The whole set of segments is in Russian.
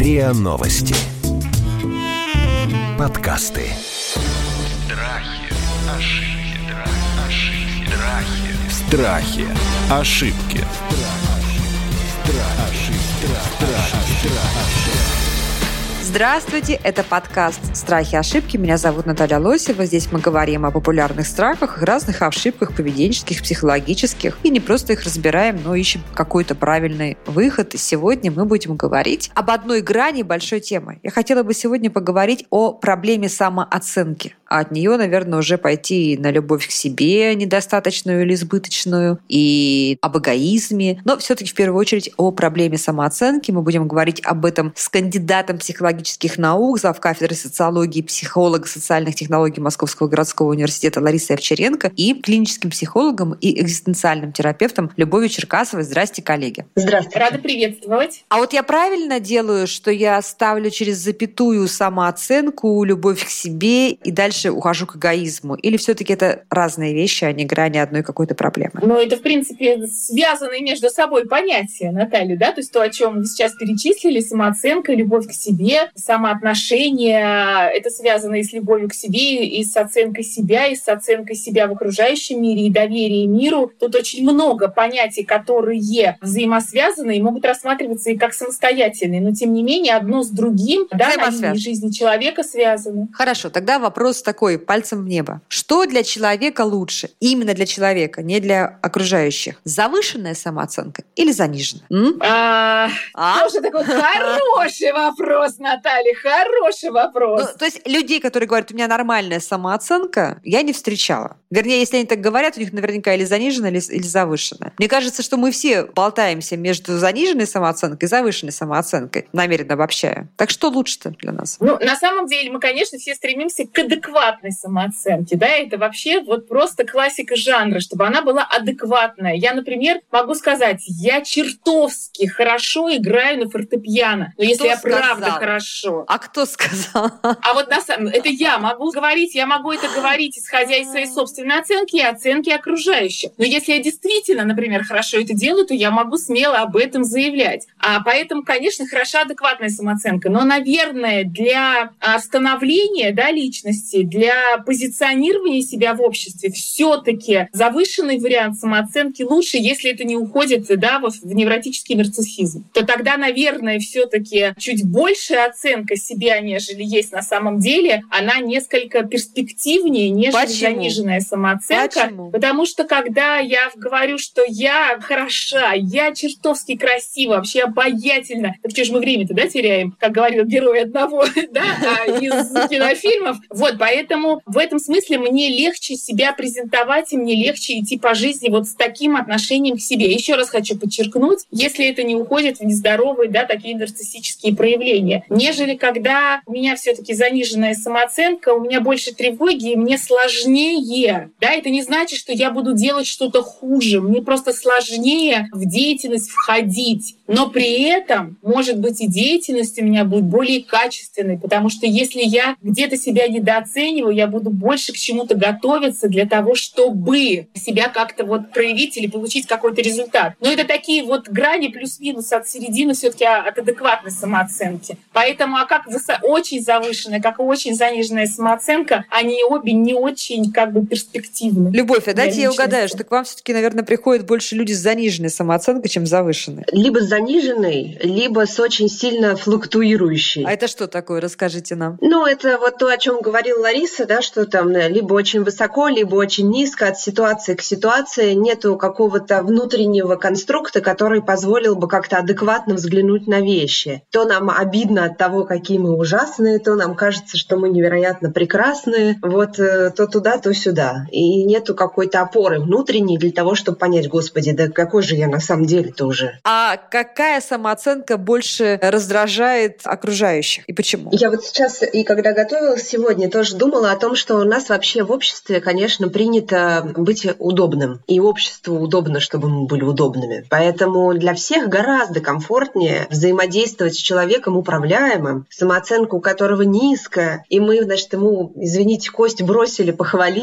РИА Новости. Подкасты. Страхи. Ошибки. Здравствуйте, это подкаст «Страхи и ошибки». Меня зовут Наталья Лосева. Здесь мы говорим о популярных страхах и разных ошибках поведенческих, психологических. И не просто их разбираем, но ищем какой-то правильный выход. И сегодня мы будем говорить об одной грани большой темы. Я хотела бы сегодня поговорить о проблеме самооценки. А от нее, наверное, уже пойти на любовь к себе недостаточную или избыточную, и об эгоизме. Но все-таки в первую очередь о проблеме самооценки. Мы будем говорить об этом с кандидатом психологических наук, завкафедры социологии, психолога социальных технологий Московского городского университета Ларисой Овчаренко и клиническим психологом и экзистенциальным терапевтом Любовью Черкасовой. Здрасте, коллеги. Здравствуйте. Рада приветствовать. А вот я правильно делаю, что я ставлю через запятую самооценку, любовь к себе и дальше ухожу к эгоизму? Или все-таки это разные вещи, а не грани одной какой-то проблемы? Ну, это, в принципе, связанные между собой понятия, Наталья, да? То есть то, о чем вы сейчас перечислили, самооценка, любовь к себе, самоотношения, это связано и с любовью к себе, и с оценкой себя, и с оценкой себя в окружающем мире, и доверие миру. Тут очень много понятий, которые взаимосвязаны и могут рассматриваться и как самостоятельные, но, тем не менее, одно с другим, да, на линии жизни человека связаны. Хорошо, тогда вопрос такой, пальцем в небо. Что для человека лучше? Именно для человека, не для окружающих. Завышенная самооценка или заниженная? Тоже такой хороший вопрос, Наталья, хороший вопрос. Ну, то есть людей, которые говорят, у меня нормальная самооценка, я не встречала. Вернее, если они так говорят, у них наверняка или заниженная, или завышенная. Мне кажется, что мы все болтаемся между заниженной самооценкой и завышенной самооценкой, намеренно обобщая. Так что лучше-то для нас? Ну, на самом деле, мы, конечно, все стремимся к адекватной самооценке, да, это вообще вот просто классика жанра, чтобы она была адекватная. Я, например, могу сказать, я чертовски хорошо играю на фортепиано, но если я правда хорошо. А кто сказал? А вот на самом деле, это я могу говорить, я могу это говорить, исходя из своей собственной оценки и оценки окружающих. Но если я действительно, например, хорошо это делаю, то я могу смело об этом заявлять. А поэтому, конечно, хороша адекватная самооценка. Но, наверное, для становления, да, личности, для позиционирования себя в обществе все-таки завышенный вариант самооценки лучше, если это не уходит, да, в невротический нарциссизм. То тогда, наверное, все-таки чуть большая оценка себя, нежели есть на самом деле, она несколько перспективнее, нежели заниженная самооценка. Почему? Потому что когда я говорю, что я хороша, я чертовски красива, вообще обаятельна, так что же мы время-то, да, теряем, как говорил герой одного, да, из кинофильмов. Вот, поэтому в этом смысле мне легче себя презентовать, и мне легче идти по жизни вот с таким отношением к себе. Еще раз хочу подчеркнуть, если это не уходит в нездоровые, да, такие нарциссические проявления, нежели когда у меня все-таки заниженная самооценка, у меня больше тревоги, и мне сложнее. Да, это не значит, что я буду делать что-то хуже. Мне просто сложнее в деятельность входить. Но при этом, может быть, и деятельность у меня будет более качественной, потому что если я где-то себя недооцениваю, я буду больше к чему-то готовиться для того, чтобы себя как-то вот проявить или получить какой-то результат. Но это такие вот грани плюс-минус от середины все-таки от адекватной самооценки. Поэтому, как очень завышенная, как и очень заниженная самооценка, они обе не очень как бы перспективны. Любовь, а дайте я угадаю, что к вам все-таки, наверное, приходят больше люди с заниженной самооценкой, чем завышенной. Либо с заниженной, либо с очень сильно флуктуирующей. А это что такое? Расскажите нам. Ну, это вот то, о чем говорила Лариса, да, что там либо очень высоко, либо очень низко, от ситуации к ситуации. Нету какого-то внутреннего конструкта, который позволил бы как-то адекватно взглянуть на вещи. То нам обидно от того, какие мы ужасные, то нам кажется, что мы невероятно прекрасные. Вот то туда, то сюда. И нету какой-то опоры внутренней для того, чтобы понять, господи, да какой же я на самом деле-то уже. А какая самооценка больше раздражает окружающих? И почему? Я вот сейчас, и когда готовилась сегодня, тоже думала о том, что у нас вообще в обществе, конечно, принято быть удобным. И обществу удобно, чтобы мы были удобными. Поэтому для всех гораздо комфортнее взаимодействовать с человеком управляемым, самооценка у которого низкая, и мы, значит, ему, извините, кость бросили, похвалили, да,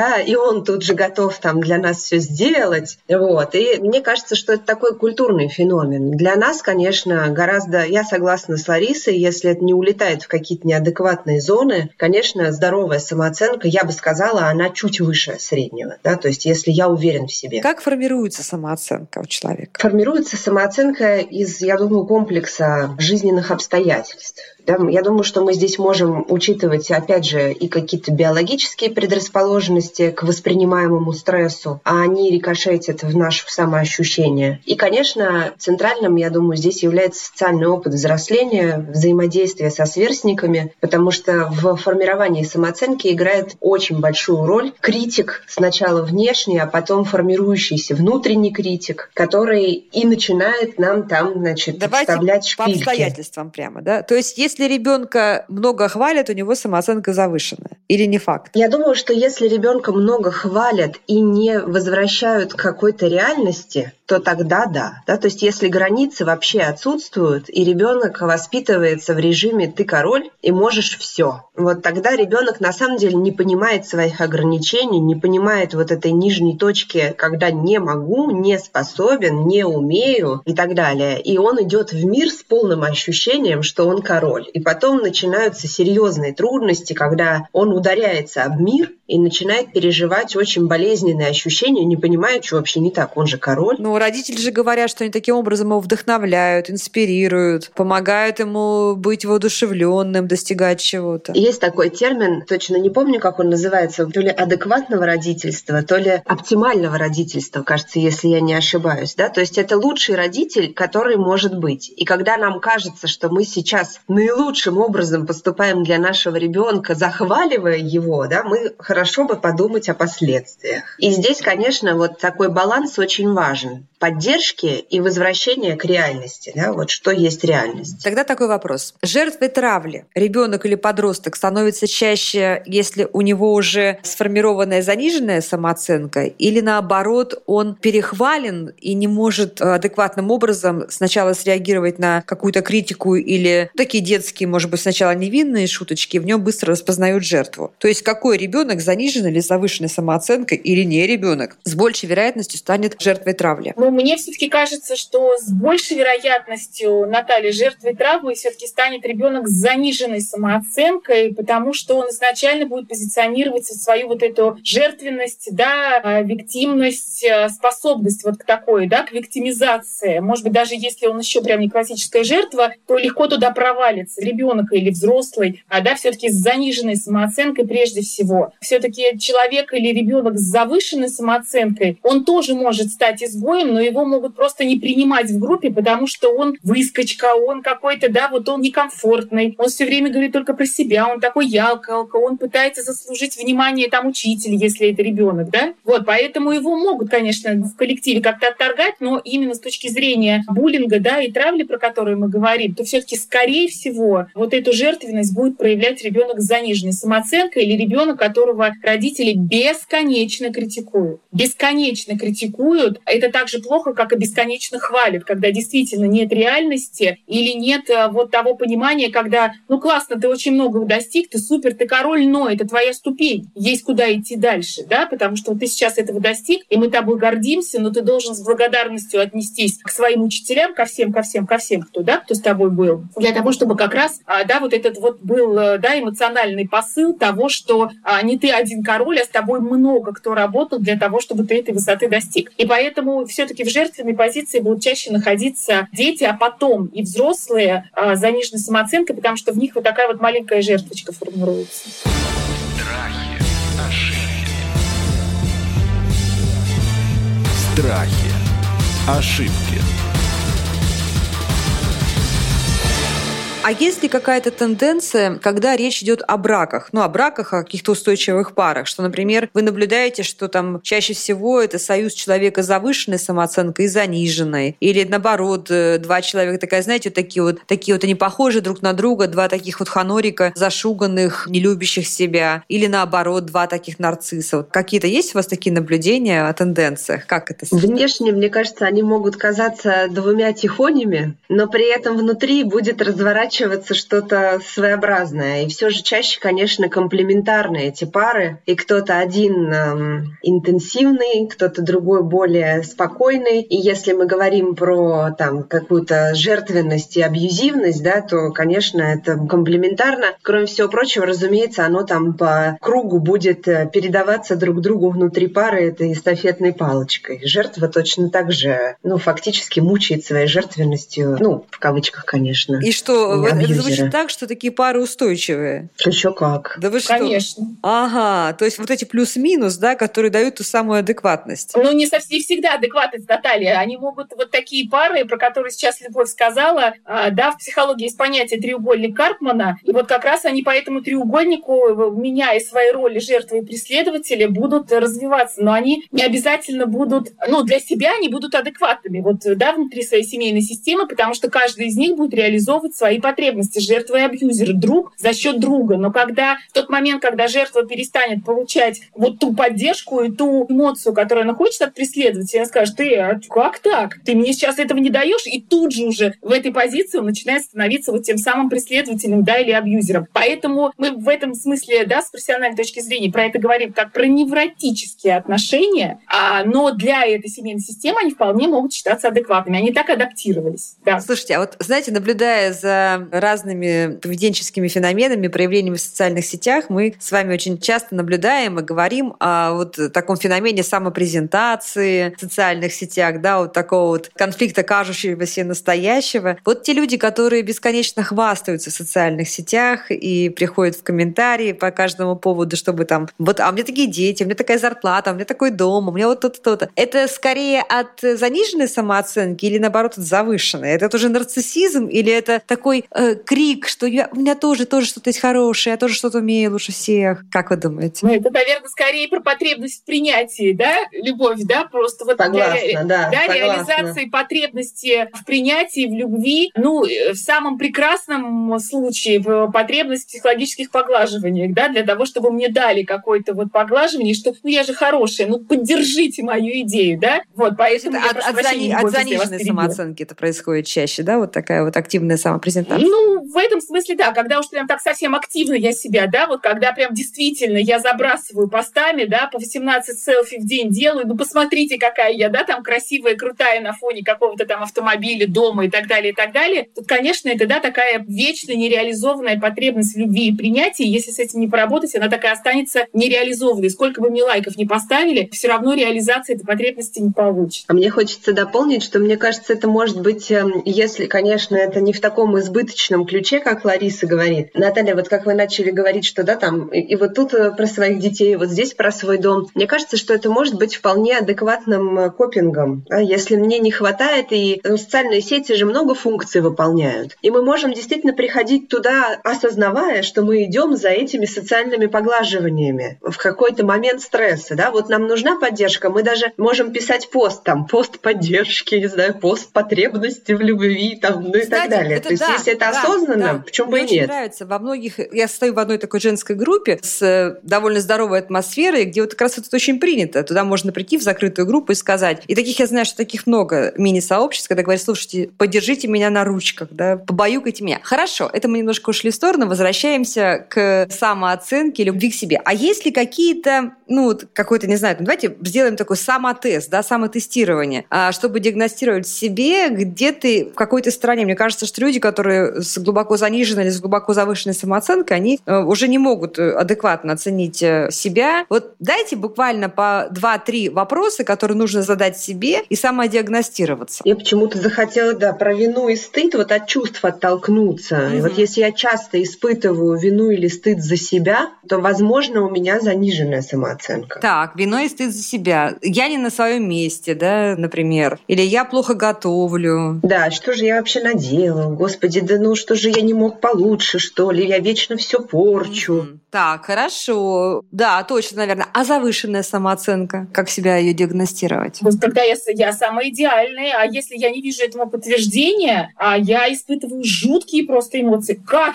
да, и он тут же готов там для нас все сделать. Вот. И мне кажется, что это такой культурный феномен. Для нас, конечно, гораздо, я согласна с Ларисой, если это не улетает в какие-то неадекватные зоны, конечно, здоровая самооценка, я бы сказала, она чуть выше среднего, да, то есть если я уверен в себе. Как формируется самооценка у человека? Формируется самооценка из, я думаю, комплекса жизненных обстоятельств. Да, я думаю, что мы здесь можем учитывать, опять же, и какие-то биологические предрасположенности к воспринимаемому стрессу, а они рикошетят в наше самоощущение. И, конечно, центральным, я думаю, здесь является социальный опыт взросления, взаимодействие со сверстниками, потому что в формировании самооценки играет очень большую роль критик, сначала внешний, а потом формирующийся внутренний критик, который и начинает нам там, значит, вставлять шпильки. Давайте по обстоятельствам прямо, да? То есть если ребенка много хвалят, у него самооценка завышенная. Или не факт? Я думаю, что если ребенка много хвалят и не возвращают к какой-то реальности, то тогда да. То есть если границы вообще отсутствуют, и ребенок воспитывается в режиме «ты король» и можешь все, вот тогда ребенок на самом деле не понимает своих ограничений, не понимает вот этой нижней точки, когда не могу, не способен, не умею и так далее. И он идет в мир с полным ощущением, что он король. И потом начинаются серьезные трудности, когда он ударяется об мир и начинает переживать очень болезненные ощущения, не понимая, что вообще не так, он же король. Ну, родители же говорят, что они таким образом его вдохновляют, инспирируют, помогают ему быть воодушевленным, достигать чего-то. Есть такой термин, точно не помню, как он называется, то ли адекватного родительства, то ли оптимального родительства, кажется, если я не ошибаюсь. Да? То есть это лучший родитель, который может быть. И когда нам кажется, что мы сейчас наилучшим образом поступаем для нашего ребенка, захваливая его, да, мы хорошо бы подумать о последствиях. И здесь, конечно, вот такой баланс очень важен. Поддержки и возвращения к реальности. Да, вот что есть реальность. Тогда такой вопрос. Жертвой травли ребенок или подросток становится чаще, если у него уже сформированная заниженная самооценка, или наоборот, он перехвален и не может адекватным образом сначала среагировать на какую-то критику или такие детские, может быть, сначала невинные шуточки, в нем быстро распознают жертву. То есть какой ребенок с заниженной или завышенной самооценкой или не ребенок с большей вероятностью станет жертвой травли? Ну, мне все-таки кажется, что с большей вероятностью, Наталья, жертвой травмы все-таки станет ребенок с заниженной самооценкой, потому что он изначально будет позиционировать свою вот эту жертвенность, да, виктимность, способность вот к такой, да, к виктимизации. Может быть, даже если он еще прям не классическая жертва, то легко туда провалится ребенок или взрослый, да, все-таки с заниженной самооценкой прежде всего. Все-таки человек или ребенок с завышенной самооценкой, он тоже может стать изгоем, но его могут просто не принимать в группе, потому что он выскочка, он какой-то, да, вот он некомфортный, он все время говорит только про себя, он такой ялкалка, он пытается заслужить внимание там учителя, если это ребенок, да. Вот, поэтому его могут, конечно, в коллективе как-то отторгать, но именно с точки зрения буллинга, да, и травли, про которые мы говорим, то все-таки, скорее всего, вот эту жертвенность будет проявлять ребенок с заниженной самооценкой или ребенок, которого родители бесконечно критикуют. Бесконечно критикуют. Это так же плохо, как и бесконечно хвалят, когда действительно нет реальности или нет вот того понимания, когда, ну классно, ты очень многого достиг, ты супер, ты король, но это твоя ступень, есть куда идти дальше, да, потому что вот ты сейчас этого достиг, и мы тобой гордимся, но ты должен с благодарностью отнестись к своим учителям, ко всем, кто, да, кто с тобой был, для того, чтобы как раз, да, вот этот вот был, да, эмоциональный посыл того, что не ты один король, а с тобой много кто работал для того, чтобы ты этой высоты достиг. И поэтому все-таки в жертвенной позиции будут чаще находиться дети, а потом и взрослые с заниженной самооценкой, потому что в них вот такая вот маленькая жертвочка формируется. Страхи, ошибки. Страхи, ошибки. А есть ли какая-то тенденция, когда речь идет о браках, о каких-то устойчивых парах, что, например, вы наблюдаете, что там чаще всего это союз человека с завышенной самооценкой и заниженной, или наоборот, два человека, такая, знаете, такие вот они похожи друг на друга, два таких вот ханорика, зашуганных, не любящих себя, или наоборот, два таких нарцисса. Вот какие-то есть у вас такие наблюдения о тенденциях? Как это? Внешне, мне кажется, они могут казаться двумя тихонями, но при этом внутри будет разворачиваться разворачиваться что-то своеобразное. И все же чаще, конечно, комплементарные эти пары. И кто-то один интенсивный, кто-то другой более спокойный. И если мы говорим про там какую-то жертвенность и абьюзивность, да, то, конечно, это комплементарно. Кроме всего прочего, разумеется, оно там по кругу будет передаваться друг другу внутри пары этой эстафетной палочкой. Жертва точно так же, фактически мучает своей жертвенностью, в кавычках, конечно. И что, это звучит так, что такие пары устойчивые? Еще как. Да вы что? Конечно. Ага, то есть вот эти плюс-минус, да, которые дают ту самую адекватность. Не совсем всегда адекватность, Наталья. Они могут вот такие пары, про которые сейчас Любовь сказала, в психологии есть понятие треугольник Карпмана, и вот как раз они по этому треугольнику, меняя свои роли жертвы и преследователя, будут развиваться, но они не обязательно будут, для себя они будут адекватными, внутри своей семейной системы, потому что каждый из них будет реализовывать свои потребности, жертва и абьюзер, друг за счет друга. Но в тот момент, когда жертва перестанет получать вот ту поддержку и ту эмоцию, которую она хочет от преследователя, она скажет: как так? Ты мне сейчас этого не даешь, и тут же уже в этой позиции он начинает становиться вот тем самым преследователем, или абьюзером. Поэтому мы в этом смысле, с профессиональной точки зрения про это говорим как про невротические отношения, но для этой семейной системы они вполне могут считаться адекватными. Они так адаптировались. Да. Слушайте, а вот, знаете, наблюдая за разными поведенческими феноменами, проявлениями в социальных сетях, мы с вами очень часто наблюдаем и говорим о вот таком феномене самопрезентации в социальных сетях, вот такого вот конфликта кажущегося и настоящего. Вот те люди, которые бесконечно хвастаются в социальных сетях и приходят в комментарии по каждому поводу, чтобы там, а у меня такие дети, у меня такая зарплата, у меня такой дом, у меня вот то-то, то-то. Это скорее от заниженной самооценки или, наоборот, от завышенной? Это тоже нарциссизм или это такой крик, что у меня тоже что-то есть хорошее, я тоже что-то умею лучше всех? Как вы думаете? Это, наверное, скорее про потребность в принятии, Любовь, просто вот согласна, для реализации потребности в принятии, в любви, в самом прекрасном случае потребность в психологических поглаживаниях, для того, чтобы мне дали какое-то поглаживание, что я же хорошая, поддержите мою идею, поэтому от заниженной самооценки это происходит чаще, вот такая вот активная самопрезентация. В этом смысле, когда уж прям так совсем активно я себя, когда прям действительно я забрасываю постами, по 18 селфи в день делаю, посмотрите, какая я, там красивая, крутая на фоне какого-то там автомобиля, дома и так далее, тут, конечно, это, такая вечно нереализованная потребность в любви и принятии. Если с этим не поработать, она так и останется нереализованной. Сколько бы мне лайков не поставили, все равно реализация этой потребности не получится. А мне хочется дополнить, что мне кажется, это может быть, если, конечно, это не в таком избыточном ключе, как Лариса говорит. Наталья, вот как вы начали говорить, что и вот тут про своих детей, вот здесь про свой дом. Мне кажется, что это может быть вполне адекватным копингом. Если мне не хватает, и социальные сети же много функций выполняют. И мы можем действительно приходить туда, осознавая, что мы идем за этими социальными поглаживаниями в какой-то момент стресса. Вот нам нужна поддержка, мы даже можем писать пост поддержки, не знаю, пост потребности в любви, и так далее. То есть если это осознанно, почему бы и нет? Мне очень нравится. Я состою в одной такой женской группе с довольно здоровой атмосферой, где как раз это очень принято. Туда можно прийти в закрытую группу и сказать. И таких, я знаю, что таких много мини-сообществ, когда говорят: слушайте, поддержите меня на ручках, побаюкайте меня. Хорошо, это мы немножко ушли в сторону, возвращаемся к самооценке, любви к себе. А есть ли какие-то, какой-то, не знаю, давайте сделаем такой самотест, самотестирование, чтобы диагностировать в себе, где ты в какой-то стороне. Мне кажется, что люди, которые с глубоко заниженной или с глубоко завышенной самооценкой, они уже не могут адекватно оценить себя. Вот дайте буквально по 2-3 вопроса, которые нужно задать себе и самодиагностироваться. Я почему-то захотела, про вину и стыд, от чувств оттолкнуться. И вот если я часто испытываю вину или стыд за себя, то, возможно, у меня заниженная самооценка. Так, вину и стыд за себя. Я не на своем месте, например. Или я плохо готовлю. Да, что же я вообще наделал? Господи, что же я не мог получше, что ли? Я вечно все порчу. Так, хорошо. Да, точно, наверное. А завышенная самооценка? Как себя ее диагностировать? Когда я самая идеальная, а если я не вижу этому подтверждения, я испытываю жуткие просто эмоции. Как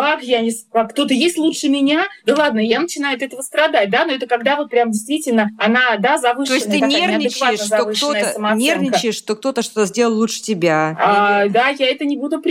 кто-то есть лучше меня? Да ладно, я начинаю от этого страдать, но это когда прям действительно она, завышенная. То есть ты нервничаешь, что кто-то что-то сделал лучше тебя? Я это не буду принимать.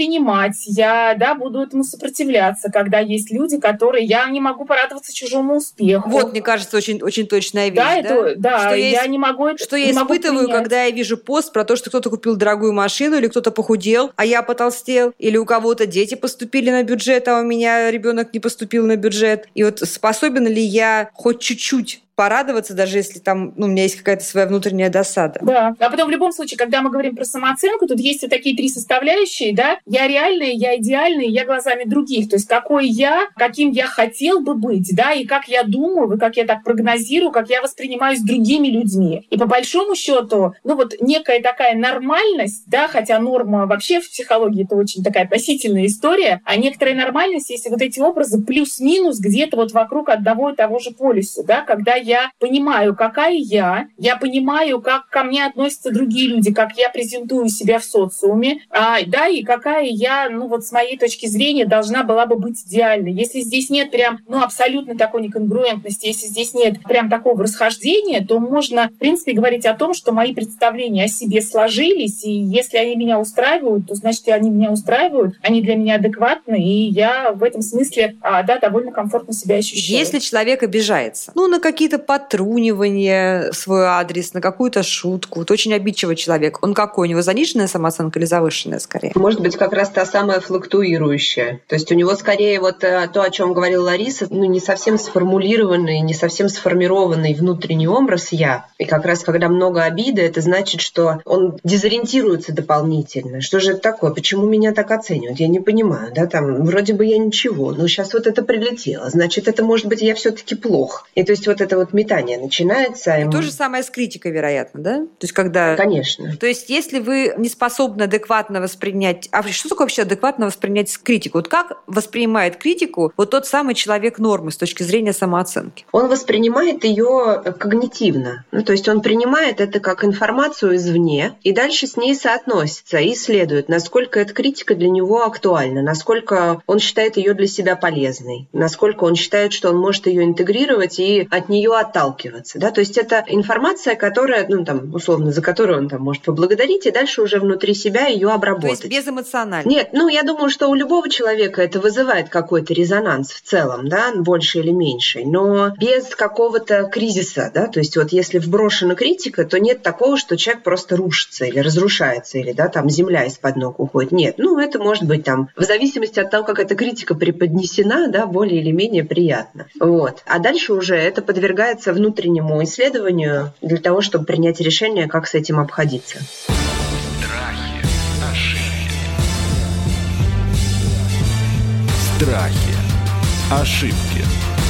понимать, я, буду этому сопротивляться, когда есть люди, которые... Я не могу порадоваться чужому успеху. Вот, мне кажется, очень, очень точная вещь, что я не могу... Что я испытываю, когда я вижу пост про то, что кто-то купил дорогую машину, или кто-то похудел, а я потолстел, или у кого-то дети поступили на бюджет, а у меня ребенок не поступил на бюджет. И вот способен ли я хоть чуть-чуть порадоваться, даже если там у меня есть какая-то своя внутренняя досада. Да. А потом в любом случае, когда мы говорим про самооценку, тут есть вот такие 3 составляющие, Я реальный, я идеальный, я глазами других. То есть какой я, каким я хотел бы быть, и как я думаю, и как я так прогнозирую, как я воспринимаюсь другими людьми. И по большому счету, некая такая нормальность, хотя норма вообще в психологии это очень такая относительная история, а некоторая нормальность, если вот эти образы плюс-минус где-то вот вокруг одного и того же полюса, когда я понимаю, какая я понимаю, как ко мне относятся другие люди, как я презентую себя в социуме, и какая я, с моей точки зрения, должна была бы быть идеальной. Если здесь нет прям, абсолютно такой неконгруентности, если здесь нет прям такого расхождения, то можно, в принципе, говорить о том, что мои представления о себе сложились, и если они меня устраивают, то, значит, они меня устраивают, они для меня адекватны, и я в этом смысле, довольно комфортно себя ощущаю. Если человек обижается, на какие-то подтрунивания в свой адрес, на какую-то шутку. Вот очень обидчивый человек. Он какой? У него заниженная самооценка или завышенная скорее? Может быть, как раз та самая флуктуирующая. То есть у него скорее то, о чем говорила Лариса, не совсем сформулированный, не совсем сформированный внутренний образ «я». И как раз, когда много обиды, это значит, что он дезориентируется дополнительно. Что же это такое? Почему меня так оценивают? Я не понимаю. Вроде бы я ничего, но сейчас вот это прилетело. Значит, это может быть я все-таки плох. И то есть вот это метание начинается. И то же самое с критикой, вероятно, да? То есть когда... Конечно. То есть если вы не способны адекватно воспринять... А что такое вообще адекватно воспринять критику? Вот как воспринимает критику тот самый человек нормы с точки зрения самооценки? Он воспринимает ее когнитивно. То есть он принимает это как информацию извне и дальше с ней соотносится и исследует, насколько эта критика для него актуальна, насколько он считает ее для себя полезной, насколько он считает, что он может ее интегрировать и от нее отталкиваться. То есть это информация, которая, условно, за которую он может поблагодарить и дальше уже внутри себя ее обработать. То есть безэмоционально? Нет, я думаю, что у любого человека это вызывает какой-то резонанс в целом, больше или меньше, но без какого-то кризиса, То есть если вброшена критика, то нет такого, что человек просто рушится или разрушается, или земля из-под ног уходит. Нет, это может быть в зависимости от того, как эта критика преподнесена, более или менее приятно. А дальше уже это подвергается внутреннему исследованию для того, чтобы принять решение, как с этим обходиться. Страхи, ошибки. Страхи, ошибки.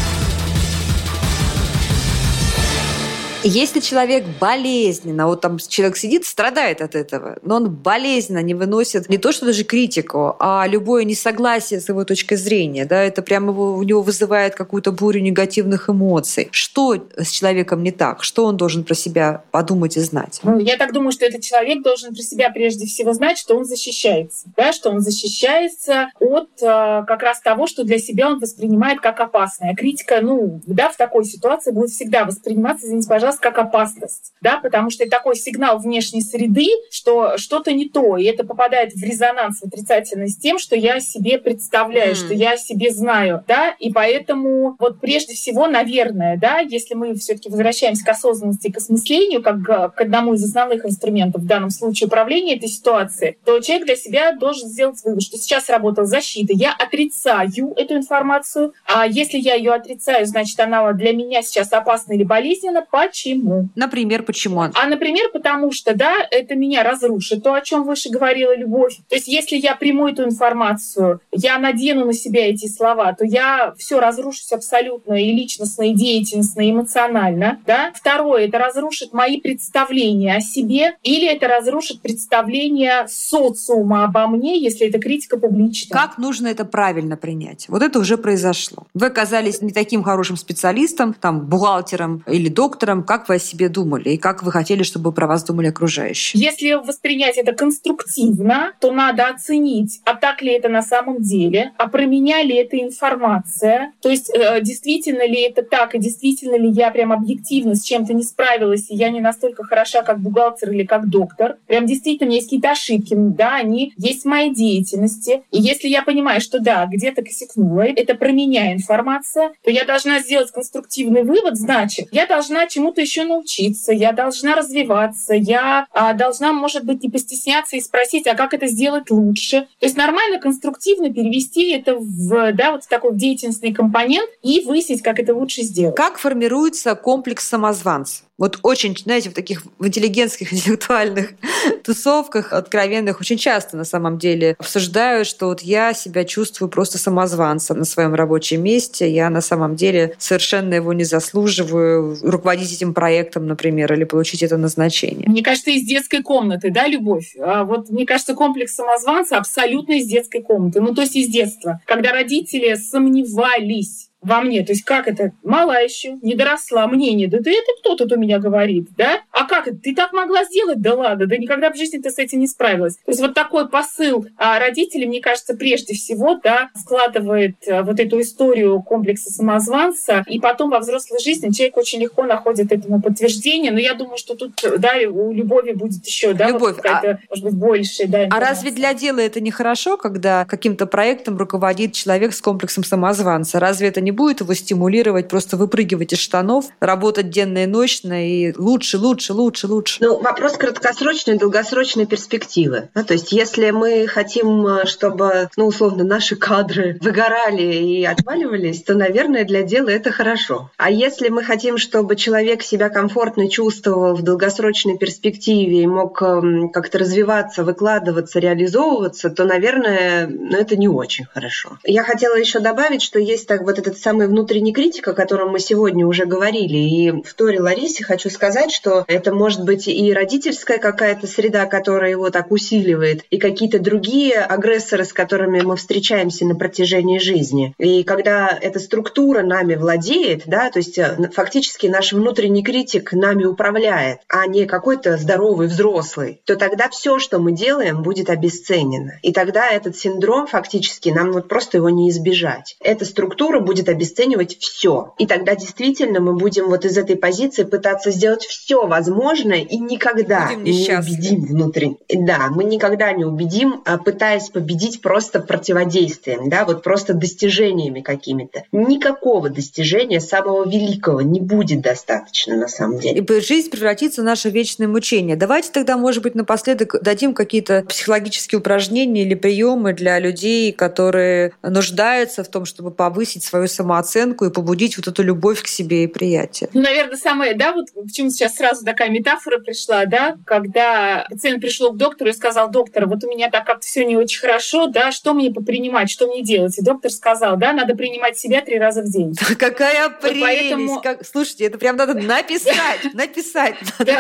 Если человек болезненно, человек сидит, страдает от этого, но он болезненно не выносит не то, что даже критику, а любое несогласие с его точкой зрения, это прямо у него вызывает какую-то бурю негативных эмоций. Что с человеком не так? Что он должен про себя подумать и знать? Я так думаю, что этот человек должен про себя прежде всего знать, что он защищается, что он защищается от как раз того, что для себя он воспринимает как опасное. Критика, в такой ситуации будет всегда восприниматься, извините, пожалуйста, как опасность, потому что это такой сигнал внешней среды, что что-то не то, и это попадает в резонанс, в отрицательный с тем, что я о себе представляю, что я о себе знаю, и поэтому прежде всего, наверное, если мы все-таки возвращаемся к осознанности и к осмыслению, как к одному из основных инструментов, в данном случае управления этой ситуацией, то человек для себя должен сделать вывод, что сейчас работала защита, я отрицаю эту информацию, а если я ее отрицаю, значит, она для меня сейчас опасна или болезненна. Почему? Например, почему? Например, потому что, это меня разрушит, то, о чем выше говорила Любовь. То есть, если я приму эту информацию, я надену на себя эти слова, то я все разрушусь абсолютно и личностно, и деятельностно, и эмоционально. Второе, это разрушит мои представления о себе, или это разрушит представление социума обо мне, если это критика публичная. Как нужно это правильно принять? Это уже произошло. Вы оказались не таким хорошим специалистом, бухгалтером или доктором, как вы о себе думали и как вы хотели, чтобы про вас думали окружающие? Если воспринять это конструктивно, то надо оценить, а так ли это на самом деле, а про меня ли это информация, то есть действительно ли это так, и действительно ли я прям объективно с чем-то не справилась, и я не настолько хороша, как бухгалтер или как доктор. Прям действительно у меня есть какие-то ошибки, да, они есть в моей деятельности. И если я понимаю, что да, где-то косякнула, это про меня информация, то я должна сделать конструктивный вывод, значит, я должна чему-то еще научиться, я должна развиваться, я должна, может быть, не постесняться и спросить, а как это сделать лучше. То есть нормально, конструктивно перевести это в, да, вот в такой деятельностный компонент и выяснить, как это лучше сделать. Как формируется комплекс самозванца? Вот очень, знаете, в таких в интеллигентских, интеллектуальных тусовках откровенных очень часто на самом деле обсуждают, что вот я себя чувствую просто самозванцем на своем рабочем месте, я на самом деле совершенно его не заслуживаю руководить этим проектом, например, или получить это назначение. Мне кажется, из детской комнаты, да, Любовь? Вот мне кажется, комплекс самозванца абсолютно из детской комнаты, ну то есть из детства, когда родители сомневались во мне. То есть как это? Мала еще, не доросла, мнение. Да ты это кто тут у меня говорит, да? А как это? Ты так могла сделать? Да ладно, да никогда в жизни ты с этим не справилась. То есть вот такой посыл родителей, мне кажется, прежде всего, да, складывает вот эту историю комплекса самозванца, и потом во взрослой жизни человек очень легко находит этому подтверждение. Но я думаю, что тут, да, у Любови будет еще, да, Любовь, вот какая-то, может быть, большая, да, информация. А разве для дела это нехорошо, когда каким-то проектом руководит человек с комплексом самозванца? Разве это не будет его стимулировать, просто выпрыгивать из штанов, работать денно и ночно и лучше? Ну, вопрос краткосрочной и долгосрочной перспективы. То есть если мы хотим, чтобы, ну, условно, наши кадры выгорали и отваливались, то, наверное, для дела это хорошо. А если мы хотим, чтобы человек себя комфортно чувствовал в долгосрочной перспективе и мог как-то развиваться, выкладываться, реализовываться, то, наверное, это не очень хорошо. Я хотела еще добавить, что есть так вот этот самый внутренний критик, о котором мы сегодня уже говорили. И в Торе Ларисе хочу сказать, что это может быть и родительская какая-то среда, которая его так усиливает, и какие-то другие агрессоры, с которыми мы встречаемся на протяжении жизни. И когда эта структура нами владеет, да, то есть фактически наш внутренний критик нами управляет, а не какой-то здоровый взрослый, то тогда все, что мы делаем, будет обесценено. И тогда этот синдром фактически нам вот просто его не избежать. Эта структура будет обесценивать все. И тогда действительно мы будем вот из этой позиции пытаться сделать все возможное и никогда не убедим внутренне. Да, мы никогда не убедим, пытаясь победить просто противодействием, да, вот просто достижениями какими-то. Никакого достижения самого великого не будет достаточно на самом деле. И жизнь превратится в наше вечное мучение. Давайте тогда, может быть, напоследок дадим какие-то психологические упражнения или приемы для людей, которые нуждаются в том, чтобы повысить свою самооценку и побудить вот эту любовь к себе и приятие. Ну, наверное, самое, да, вот почему сейчас сразу такая метафора пришла, да, когда пациент пришел к доктору и сказал: доктор, вот у меня так как-то все не очень хорошо, да, что мне попринимать, что мне делать? И доктор сказал: да, надо принимать себя 3 раза в день. Какая прелесть! Поэтому... Слушайте, это прям надо написать.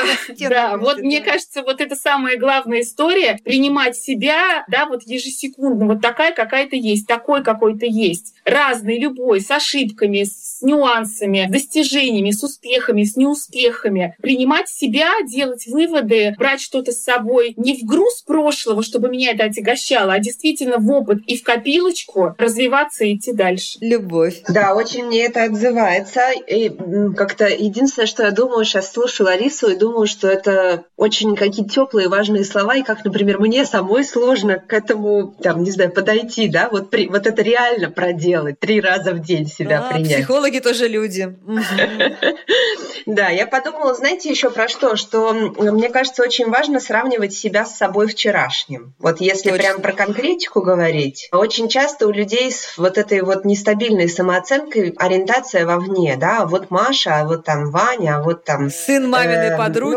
Да, вот мне кажется, вот это самая главная история, принимать себя, да, вот ежесекундно, вот такая какая-то есть, такой какой-то есть, разный, любой, с ошибками, с нюансами, с достижениями, с успехами, с неуспехами. Принимать себя, делать выводы, брать что-то с собой не в груз прошлого, чтобы меня это отягощало, а действительно в опыт и в копилочку развиваться и идти дальше. Любовь. Да, очень мне это отзывается. И как-то единственное, что я думаю, сейчас слушаю Ларису и думаю, что это очень какие-то теплые, важные слова, и как, например, мне самой сложно к этому, там, не знаю, подойти, да, вот это реально проделать, 3 раза в день себя принять. Психологи тоже люди. Да, я подумала, знаете, еще про что мне кажется, очень важно сравнивать себя с собой вчерашним. Вот если прям про конкретику говорить, очень часто у людей с вот этой вот нестабильной самооценкой ориентация вовне, да, вот Маша, а вот там Ваня, а вот там... Сын маминой подруги.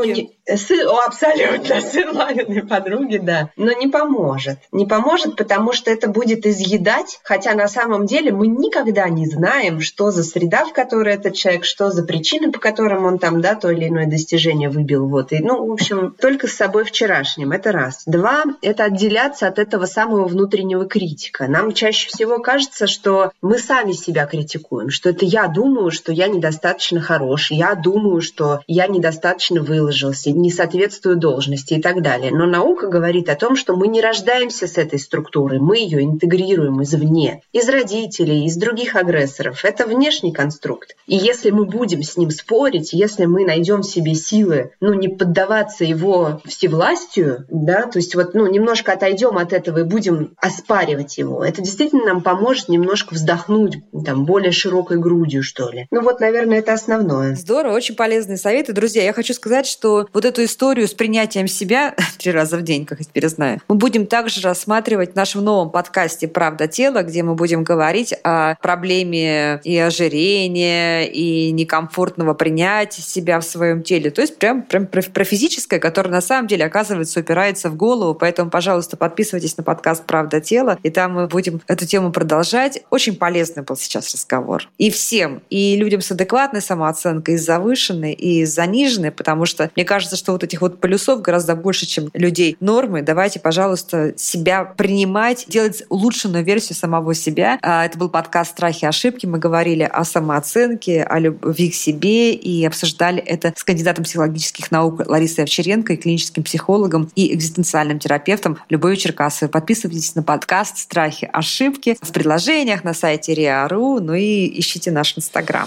Абсолютно, сын маминой подруги, да. Но не поможет. Не поможет, потому что это будет изъедать, хотя на самом деле мы никогда не знаем, что за среда, в которой этот человек, что за причины, по которым он там, да, то или иное достижение выбил. Вот. И, в общем, только с собой вчерашним. Это раз. Два, это отделяться от этого самого внутреннего критика. Нам чаще всего кажется, что мы сами себя критикуем, что это я думаю, что я недостаточно хорош, я думаю, что я недостаточно выложился, не соответствую должности и так далее. Но наука говорит о том, что мы не рождаемся с этой структурой, мы ее интегрируем извне, из родителей, из других агрессоров. Это внешний конструкт. И если мы будем с ним спорить, если мы найдем в себе силы, не поддаваться его всевластию, да, то есть немножко отойдем от этого и будем оспаривать его, это действительно нам поможет немножко вздохнуть более широкой грудью, что ли. Наверное, это основное. Здорово, очень полезные советы. Друзья, я хочу сказать, что вот эту историю с принятием себя 3 раза в день, как я теперь знаю, мы будем также рассматривать в нашем новом подкасте «Правда тела», где мы будем говорить о проблеме и ожирения, и некомфортного принятия себя в своем теле. То есть прям про физическое, которое на самом деле, оказывается, упирается в голову. Поэтому, пожалуйста, подписывайтесь на подкаст «Правда тела», и там мы будем эту тему продолжать. Очень полезный был сейчас разговор. И всем, и людям с адекватной самооценкой, и с завышенной, и с заниженной, потому что мне кажется, что вот этих вот полюсов гораздо больше, чем людей нормы. Давайте, пожалуйста, себя принимать, делать улучшенную версию самого себя. Это был подкаст «Страхи и ошибки». Мы говорили о самооценке, о любви к себе и обсуждали это с кандидатом психологических наук Ларисой Овчаренко и клиническим психологом и экзистенциальным терапевтом Любовью Черкасовой. Подписывайтесь на подкаст «Страхи и ошибки» в приложениях на сайте ria.ru, и ищите наш Инстаграм.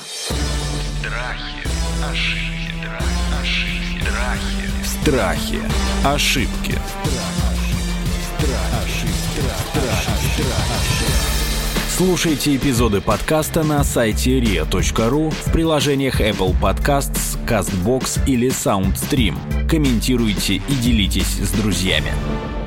Страхи, ошибки. Слушайте эпизоды подкаста на сайте ria.ru, в приложениях Apple Podcasts, CastBox или SoundStream. Комментируйте и делитесь с друзьями.